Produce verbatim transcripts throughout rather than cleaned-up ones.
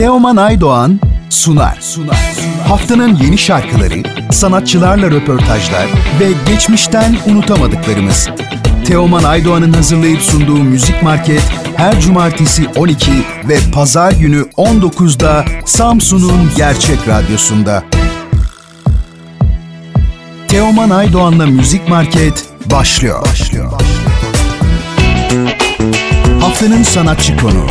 Teoman Aydoğan sunar. sunar. Haftanın yeni şarkıları, sanatçılarla röportajlar ve geçmişten unutamadıklarımız. Teoman Aydoğan'ın hazırlayıp sunduğu Müzik Market her cumartesi on iki ve pazar günü on dokuzda Samsun'un Gerçek Radyosu'nda. Teoman Aydoğan'la Müzik Market başlıyor. başlıyor. Haftanın sanatçı konuğu.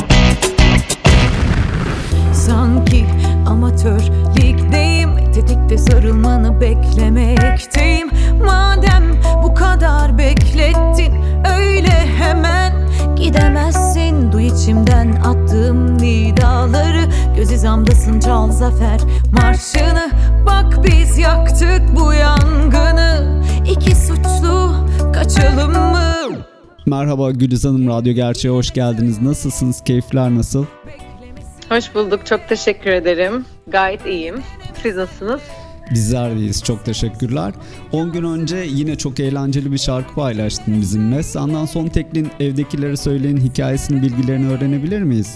Sanki amatör ligdeyim, tetikte sarılmanı beklemekteyim. Madem bu kadar beklettin, öyle hemen gidemezsin. Duy içimden attığım nidaları, göz hizamdasın, çal zafer marşını. Bak biz yaktık bu yangını, iki suçlu kaçalım mı? Merhaba Güliz Hanım, Radyo Gerçeğe hoş geldiniz. Nasılsınız? Keyifler nasıl? Hoş bulduk. Çok teşekkür ederim. Gayet iyiyim. Siz nasılsınız? Bizler deyiz. Çok teşekkürler. on gün önce yine çok eğlenceli bir şarkı paylaştın bizimle. Senden son teklin Evdekilere Söyleyin hikayesinin bilgilerini öğrenebilir miyiz?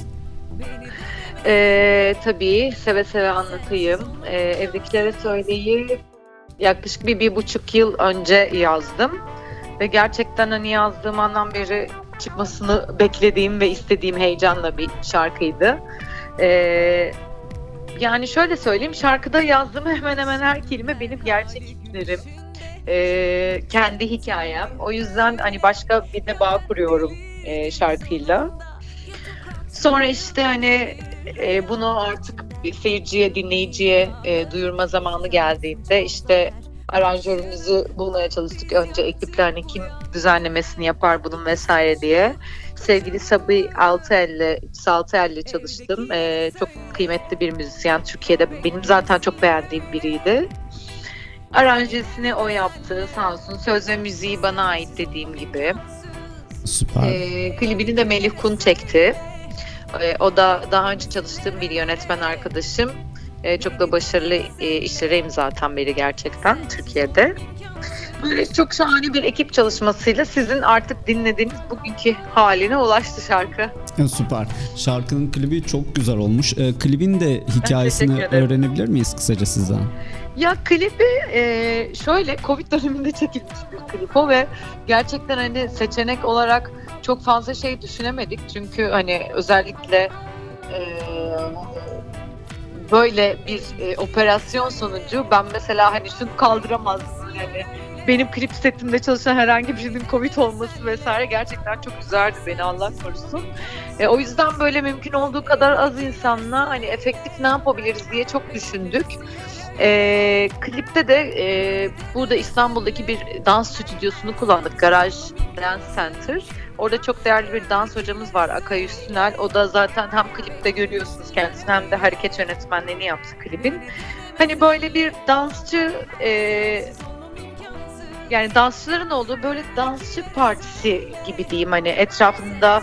Ee, tabii. Seve seve anlatayım. Ee, Evdekilere Söyleyin yaklaşık bir, bir buçuk yıl önce yazdım. Ve gerçekten hani yazdığım andan beri çıkmasını beklediğim ve istediğim heyecanla bir şarkıydı. Ee, yani şöyle söyleyeyim, şarkıda yazdığım hemen hemen her kelime benim gerçek hislerim, ee, kendi hikayem. O yüzden hani başka bir de bağ kuruyorum e, şarkıyla. Sonra işte hani e, bunu artık seyirciye, dinleyiciye e, duyurma zamanı geldiğinde işte aranjörümüzü bulmaya çalıştık. Önce ekiple hani kim düzenlemesini yapar bunun vesaire diye. Sevgili Sabi Altıel'le, Altıel'le çalıştım. Ee, çok kıymetli bir müzisyen. Türkiye'de benim zaten çok beğendiğim biriydi. Aranjesini o yaptı sağ olsun. Söz ve müziği bana ait dediğim gibi. Süper. Ee, klibini de Melih Kun çekti. Ee, o da daha önce çalıştığım bir yönetmen arkadaşım. Ee, çok da başarılı e, işlere imza atan biri gerçekten Türkiye'de. Böyle çok şahane bir ekip çalışmasıyla sizin artık dinlediğiniz bugünkü haline ulaştı şarkı. Ya, süper. Şarkının klibi çok güzel olmuş. E, klibin de hikayesini öğrenebilir miyiz kısaca sizden? Ya klibi e, şöyle Covid döneminde çekilmiş bir klip o ve gerçekten hani seçenek olarak çok fazla şey düşünemedik. Çünkü hani özellikle e, böyle bir e, operasyon sonucu ben mesela hani şunu kaldıramazdım yani. Benim klip setimde çalışan herhangi birinin Covid olması vesaire gerçekten çok üzerdi beni, Allah korusun. E, o yüzden böyle mümkün olduğu kadar az insanla hani efektif ne yapabiliriz diye çok düşündük. E, klipte de e, burada İstanbul'daki bir dans stüdyosunu kullandık. Garaj Dance Center. Orada çok değerli bir dans hocamız var, Akay Üstünel. O da zaten hem klipte görüyorsunuz kendisini hem de hareket yönetmenliğini yaptı klibin. Hani böyle bir dansçı... E, Yani dansçıların olduğu böyle dansçı partisi gibi diyeyim, hani etrafında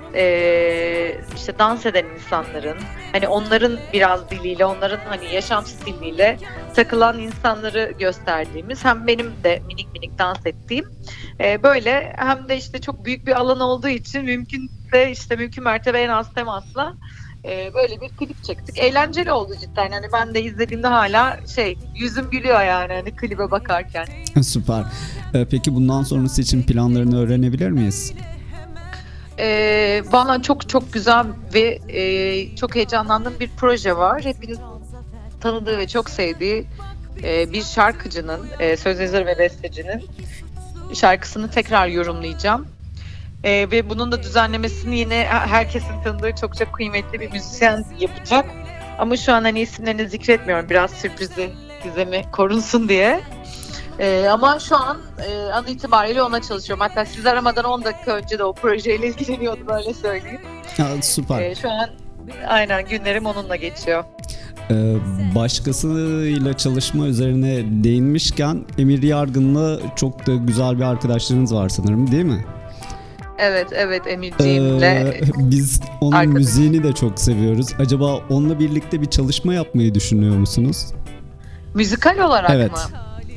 e, işte dans eden insanların, hani onların biraz diliyle, onların hani yaşamsız diliyle takılan insanları gösterdiğimiz, hem benim de minik minik dans ettiğim e, böyle, hem de işte çok büyük bir alan olduğu için mümkünse işte mümkün mertebe en az temasla Ee, böyle bir klip çektik. Eğlenceli oldu cidden. Yani ben de izlediğimde hala şey yüzüm gülüyor yani hani klibe bakarken. Süper. Ee, peki bundan sonrası için planlarını öğrenebilir miyiz? Ee, bana çok çok güzel ve e, çok heyecanlandığım bir proje var. Hepiniz tanıdığı ve çok sevdiği e, bir şarkıcının, e, söz yazarı ve bestecinin şarkısını tekrar yorumlayacağım. Ee, ve bunun da düzenlemesini yine herkesin tanıdığı çok çok kıymetli bir müzisyen yapacak. Ama şu an hani isimlerini zikretmiyorum, biraz sürprizi, gizemi korunsun diye. Ee, ama şu an e, an itibariyle ona çalışıyorum. Hatta siz aramadan on dakika önce de o projeyle ilgileniyordum, öyle söyleyeyim. Ya, süper. Ee, şu an aynen günlerim onunla geçiyor. Ee, başkasıyla çalışma üzerine değinmişken Emir Yargın'la çok da güzel bir arkadaşlarınız var sanırım, değil mi? Evet, evet Emirciğimle. Ee, biz onun arkadaş. müziğini de çok seviyoruz. Acaba onunla birlikte bir çalışma yapmayı düşünüyor musunuz? Müzikal olarak evet. mı?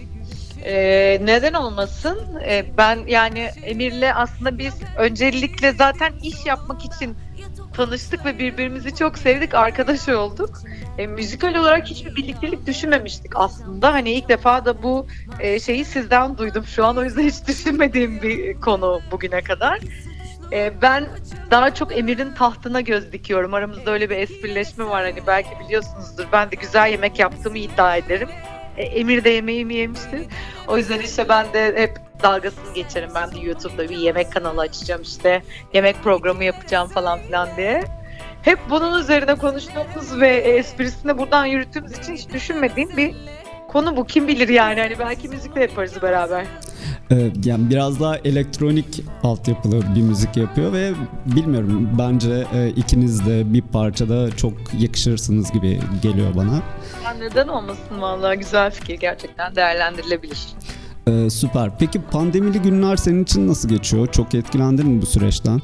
Ee, neden olmasın? Ee, ben yani Emir'le aslında biz öncelikle zaten iş yapmak için tanıştık ve birbirimizi çok sevdik, arkadaş olduk. E, müzikal olarak hiçbir birliktelik düşünmemiştik aslında. Hani ilk defa da bu e, şeyi sizden duydum şu an. O yüzden hiç düşünmediğim bir konu bugüne kadar. E, ben daha çok Emir'in tahtına göz dikiyorum. Aramızda öyle bir esprileşme var, hani belki biliyorsunuzdur. Ben de güzel yemek yaptığımı iddia ederim. E, Emir de yemeğimi yemişti. O yüzden işte ben de hep dalgasını geçerim. Ben de YouTube'da bir yemek kanalı açacağım, işte yemek programı yapacağım falan filan diye. Hep bunun üzerine konuştuğumuz ve esprisini buradan yürüttüğümüz için hiç düşünmediğim bir konu bu. Kim bilir yani, hani belki müzik de yaparız beraber. Ee, yani biraz daha elektronik altyapılı bir müzik yapıyor ve bilmiyorum, bence e, ikiniz de bir parçada çok yakışırsınız gibi geliyor bana. Ya neden olmasın, vallahi güzel fikir, gerçekten değerlendirilebilir. Ee, süper. Peki pandemili günler senin için nasıl geçiyor? Çok etkilendin mi bu süreçten?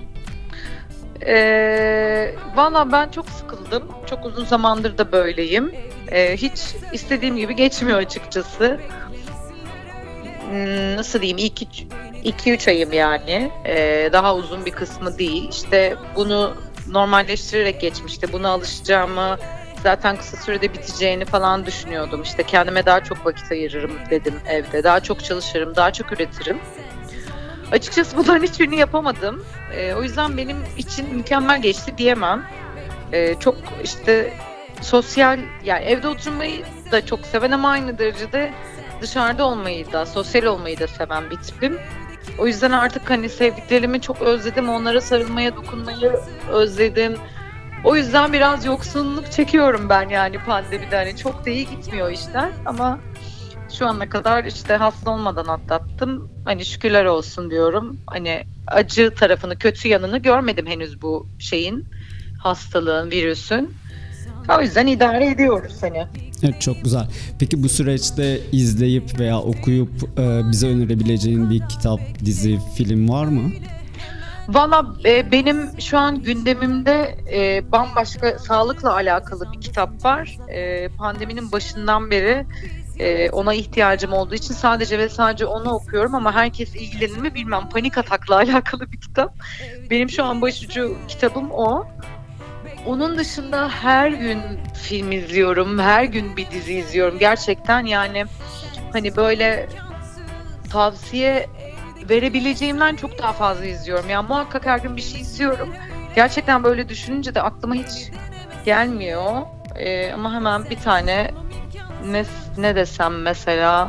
Ee, Valla ben çok sıkıldım. Çok uzun zamandır da böyleyim. Ee, hiç istediğim gibi geçmiyor açıkçası. Hmm, nasıl diyeyim, iki üç ayım yani. Ee, daha uzun bir kısmı değil. İşte bunu normalleştirerek geçmişti. Buna alışacağımı, zaten kısa sürede biteceğini falan düşünüyordum. İşte kendime daha çok vakit ayırırım dedim evde. Daha çok çalışırım, daha çok üretirim. Açıkçası bunların hiçbirini yapamadım. Ee, o yüzden benim için mükemmel geçti diyemem. Ee, çok işte sosyal, yani evde oturmayı da çok seven ama aynı derecede dışarıda olmayı da, sosyal olmayı da seven bir tipim. O yüzden artık hani sevdiklerimi çok özledim. Onlara sarılmaya, dokunmayı özledim. O yüzden biraz yoksunluk çekiyorum ben yani pandemide. Hani çok da iyi gitmiyor işler ama şu ana kadar işte hasta olmadan atlattım. Hani şükürler olsun diyorum. Hani acı tarafını, kötü yanını görmedim henüz bu şeyin, hastalığın, virüsün. O yüzden idare ediyoruz hani. Evet, çok güzel. Peki bu süreçte izleyip veya okuyup e, bize önerebileceğin bir kitap, dizi, film var mı? Valla e, benim şu an gündemimde e, bambaşka sağlıkla alakalı bir kitap var. E, pandeminin başından beri e, ona ihtiyacım olduğu için sadece ve sadece onu okuyorum ama herkes ilgilenir mi bilmem. Panik atakla alakalı bir kitap. Benim şu an başucu kitabım o. Onun dışında her gün film izliyorum, her gün bir dizi izliyorum. Gerçekten yani hani böyle tavsiye verebileceğimden çok daha fazla izliyorum. Yani muhakkak her gün bir şey izliyorum. Gerçekten böyle düşününce de aklıma hiç gelmiyor. Ee, ama hemen bir tane ne, ne desem mesela...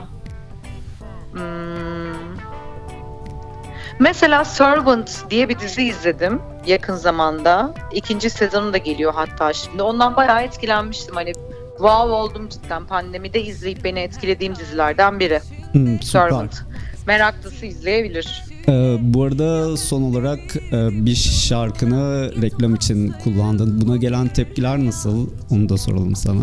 Hmm, mesela Servant diye bir dizi izledim yakın zamanda. İkinci sezonu da geliyor hatta şimdi. Ondan bayağı etkilenmiştim. Hani wow oldum cidden. Pandemide izleyip beni etkilediğim dizilerden biri. Hmm, Servant. Meraklısı izleyebilir. Ee, bu arada son olarak e, bir şarkını reklam için kullandın. Buna gelen tepkiler nasıl? Onu da soralım sana.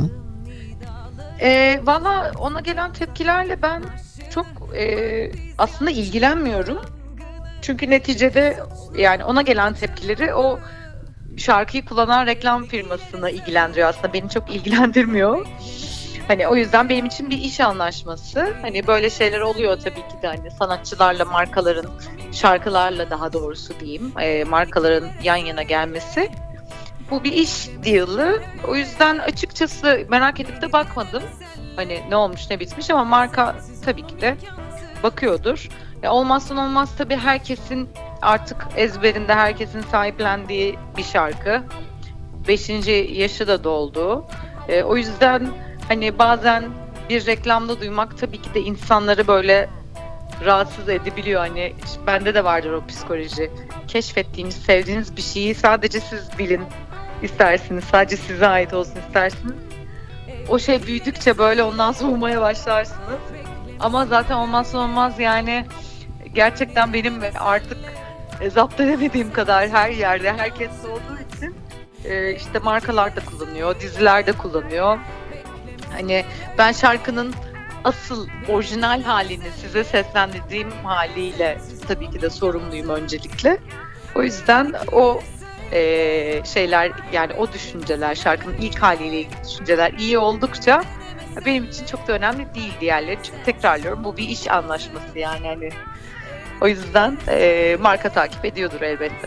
E, Valla ona gelen tepkilerle ben çok e, aslında ilgilenmiyorum. Çünkü neticede yani ona gelen tepkileri o şarkıyı kullanan reklam firmasına ilgilendiriyor, aslında beni çok ilgilendirmiyor. Hani o yüzden benim için bir iş anlaşması. Hani böyle şeyler oluyor tabii ki de, hani sanatçılarla markaların, şarkılarla daha doğrusu diyeyim, e, markaların yan yana gelmesi. Bu bir iş deal'ı. O yüzden açıkçası merak edip de bakmadım. Hani ne olmuş ne bitmiş ama marka tabii ki de bakıyordur. Ya olmazsa olmaz tabii herkesin artık ezberinde, herkesin sahiplendiği bir şarkı. Beşinci yaşı da doldu. E, o yüzden hani bazen bir reklamda duymak tabii ki de insanları böyle rahatsız edebiliyor. Hani bende de vardır o psikoloji. Keşfettiğiniz, sevdiğiniz bir şeyi sadece siz bilin istersiniz. Sadece size ait olsun istersiniz. O şey büyüdükçe böyle ondan soğumaya başlarsınız. Ama zaten olmazsa olmaz yani, gerçekten benim artık zapt edemediğim kadar her yerde herkes olduğu için işte markalar da kullanıyor, diziler de kullanıyor. Hani ben şarkının asıl orijinal halini size seslendirdiğim haliyle tabii ki de sorumluyum öncelikle. O yüzden o e, şeyler, yani o düşünceler, şarkının ilk haliyle ilgili düşünceler iyi oldukça benim için çok da önemli değil diğerleri. Çünkü tekrarlıyorum, bu bir iş anlaşması yani hani. O yüzden e, marka takip ediyordur elbette.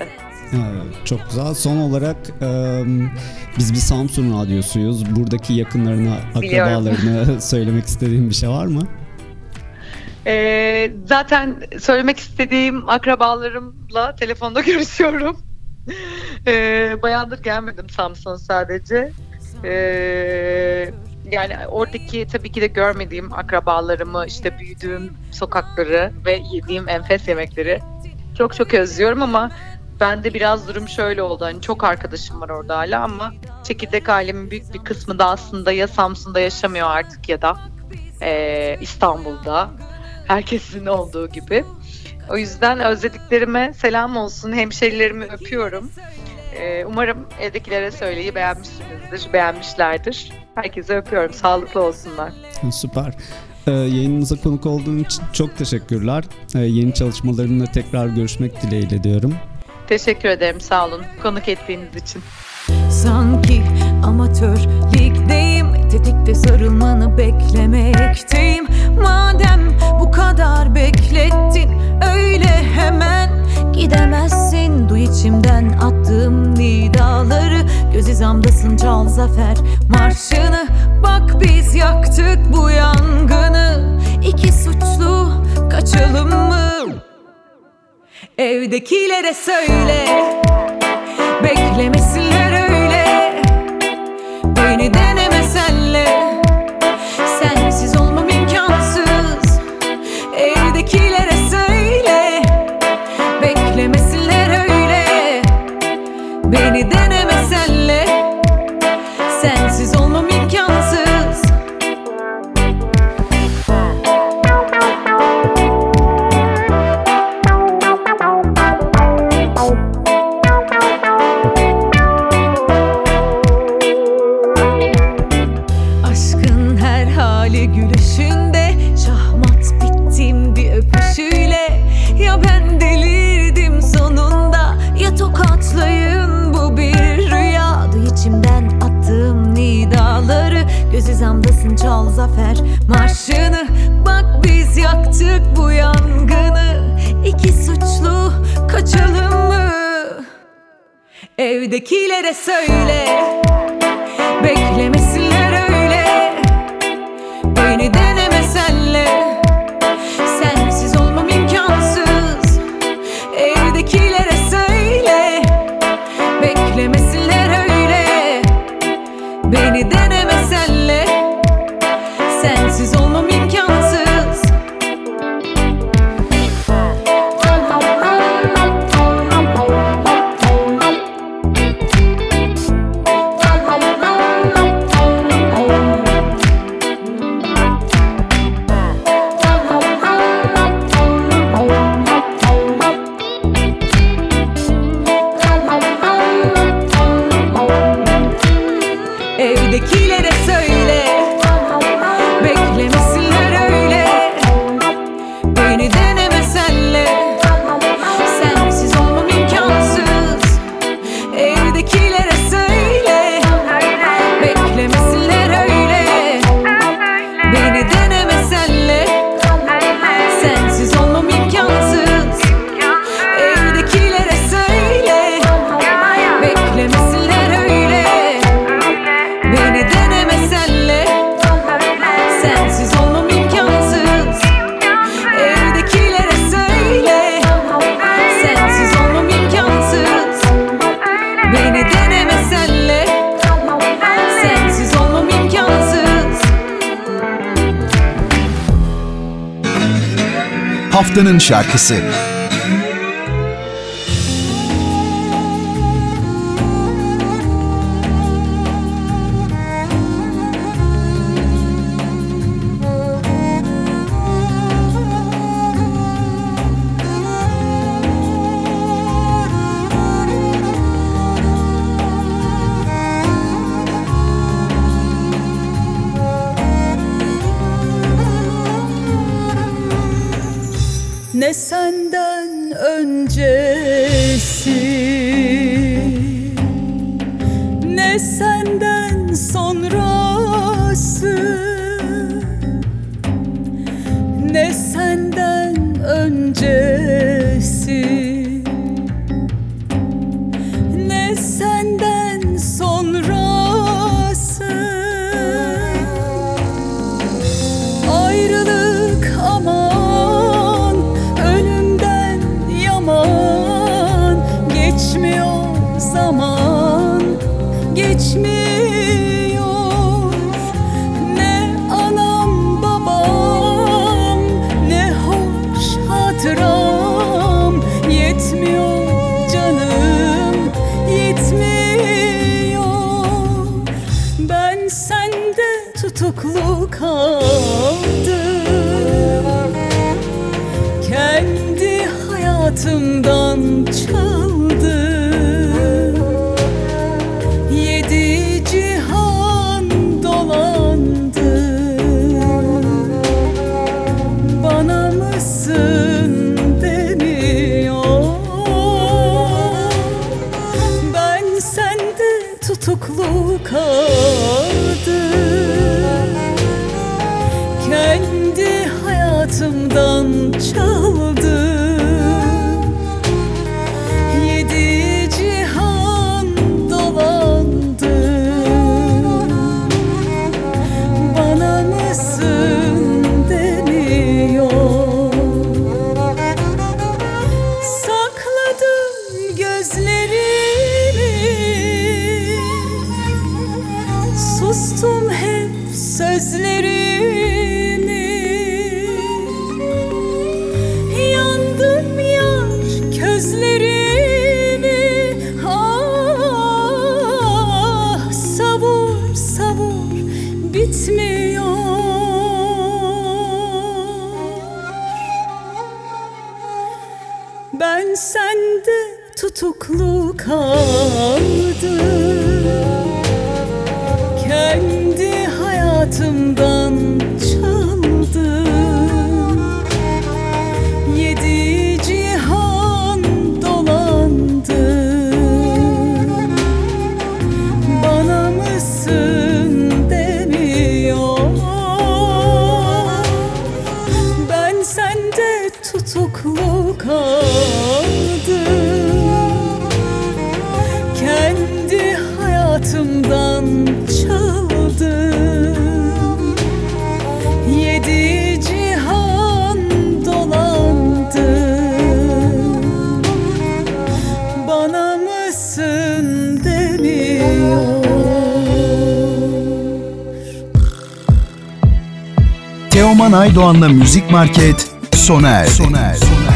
Evet, çok güzel. Son olarak e, biz bir Samsun radyosuyuz. Buradaki yakınlarına, akrabalarına söylemek istediğin bir şey var mı? Ee, zaten söylemek istediğim akrabalarımla telefonda görüşüyorum. Ee, bayağıdır gelmedim Samsun'a sadece. Ee, yani oradaki tabii ki de görmediğim akrabalarımı, işte büyüdüğüm sokakları ve yediğim enfes yemekleri çok çok özlüyorum ama bende biraz durum şöyle oldu. Hani çok arkadaşım var orada hala ama çekirdek ailemin büyük bir kısmı da aslında ya Samsun'da yaşamıyor artık ya da e, İstanbul'da. Herkesin olduğu gibi. O yüzden özlediklerime selam olsun. Hemşerilerimi öpüyorum. Ee, umarım evdekilere söyleyi beğenmişsinizdir, beğenmişlerdir. Herkese öpüyorum. Sağlıklı olsunlar. Süper. Ee, yayınınıza konuk olduğun için çok teşekkürler. Ee, yeni çalışmalarınla tekrar görüşmek dileğiyle diyorum. Teşekkür ederim. Sağ olun. Konuk ettiğiniz için. Sanki amatör ligdeyim, tetikte sarılmanı beklemekteyim. Madem bu kadar beklettin, öyle hemen gidemezsin. Duy içimden attığım nidaları, göz hizamdasın, çal zafer marşını. Bak biz yaktık bu yangını, iki suçlu kaçalım mı? Evdekilere söyle, beklemesinler öyle. Beni deneme senle, sensiz olmam imkansız. Evdekilere söyle, beklemesinler öyle. Beni deneme senle, sensiz olmam imkansız. Gülüşünde şahmat bittim bir öpüşüyle. Ya ben delirdim sonunda, ya tokatlayın bu bir rüya. Duy içimden attığım nidaları, göz hizamdasın, çal zafer marşını. Bak biz yaktık bu yangını, iki suçlu kaçalım mı? Evdekilere söyle, beklemesinler öyle. Beni deneme senle, sensiz olmam imkansız. Evdekilere söyle, beklemesinler öyle. Beni deneme senle, sensiz olmam imkansız. Evdekilere söyle, beklemesinler öyle. Beni deneme senle, sensiz olmam imkansız. Evdekilere söyle, beklemesinler öyle. Beni deneme senle, sensiz olmam imkansız. Evdekilere söyle, beklemesinler öyle. Beni deneme senle, sensiz olmam imkansız. Evdekilere söyle, sensiz olmam imkansız. Beni deneme senle, sensiz olmam imkansız. Haftanın şarkısı. Ne senden öncesi, ne senden sonrası, ne senden öncesi, yetmiyor. Ne anam babam, ne hoş hatıram, yetmiyor canım, yetmiyor. Ben sende tutuklu kaldım, kendi hayatımdan çaldı. Yedi cihan dolandı. Bana mısın demiyor. Ben sende tutuklu kaldım, kendi hayatımdan çaldı. Yedi cihan dolandı. Bana mısın demiyor. Sakladım gözlerimi, sustum hep sözlerimi. Yandım yar közlerimi. Ah, savur savur bitmiyor. Ben sende tutuklu kaldım, kendi hayatımdan çaldı. Yedi cihan dolandı. Bana mısın demiyor. Ben sende tutuklu kaldım, kendi hayatımdan çaldı. Yedi cihan dolandı. Bana mısın demiyor. Teoman Aydoğan'la Müzik Market sona erdi. Sona erdi.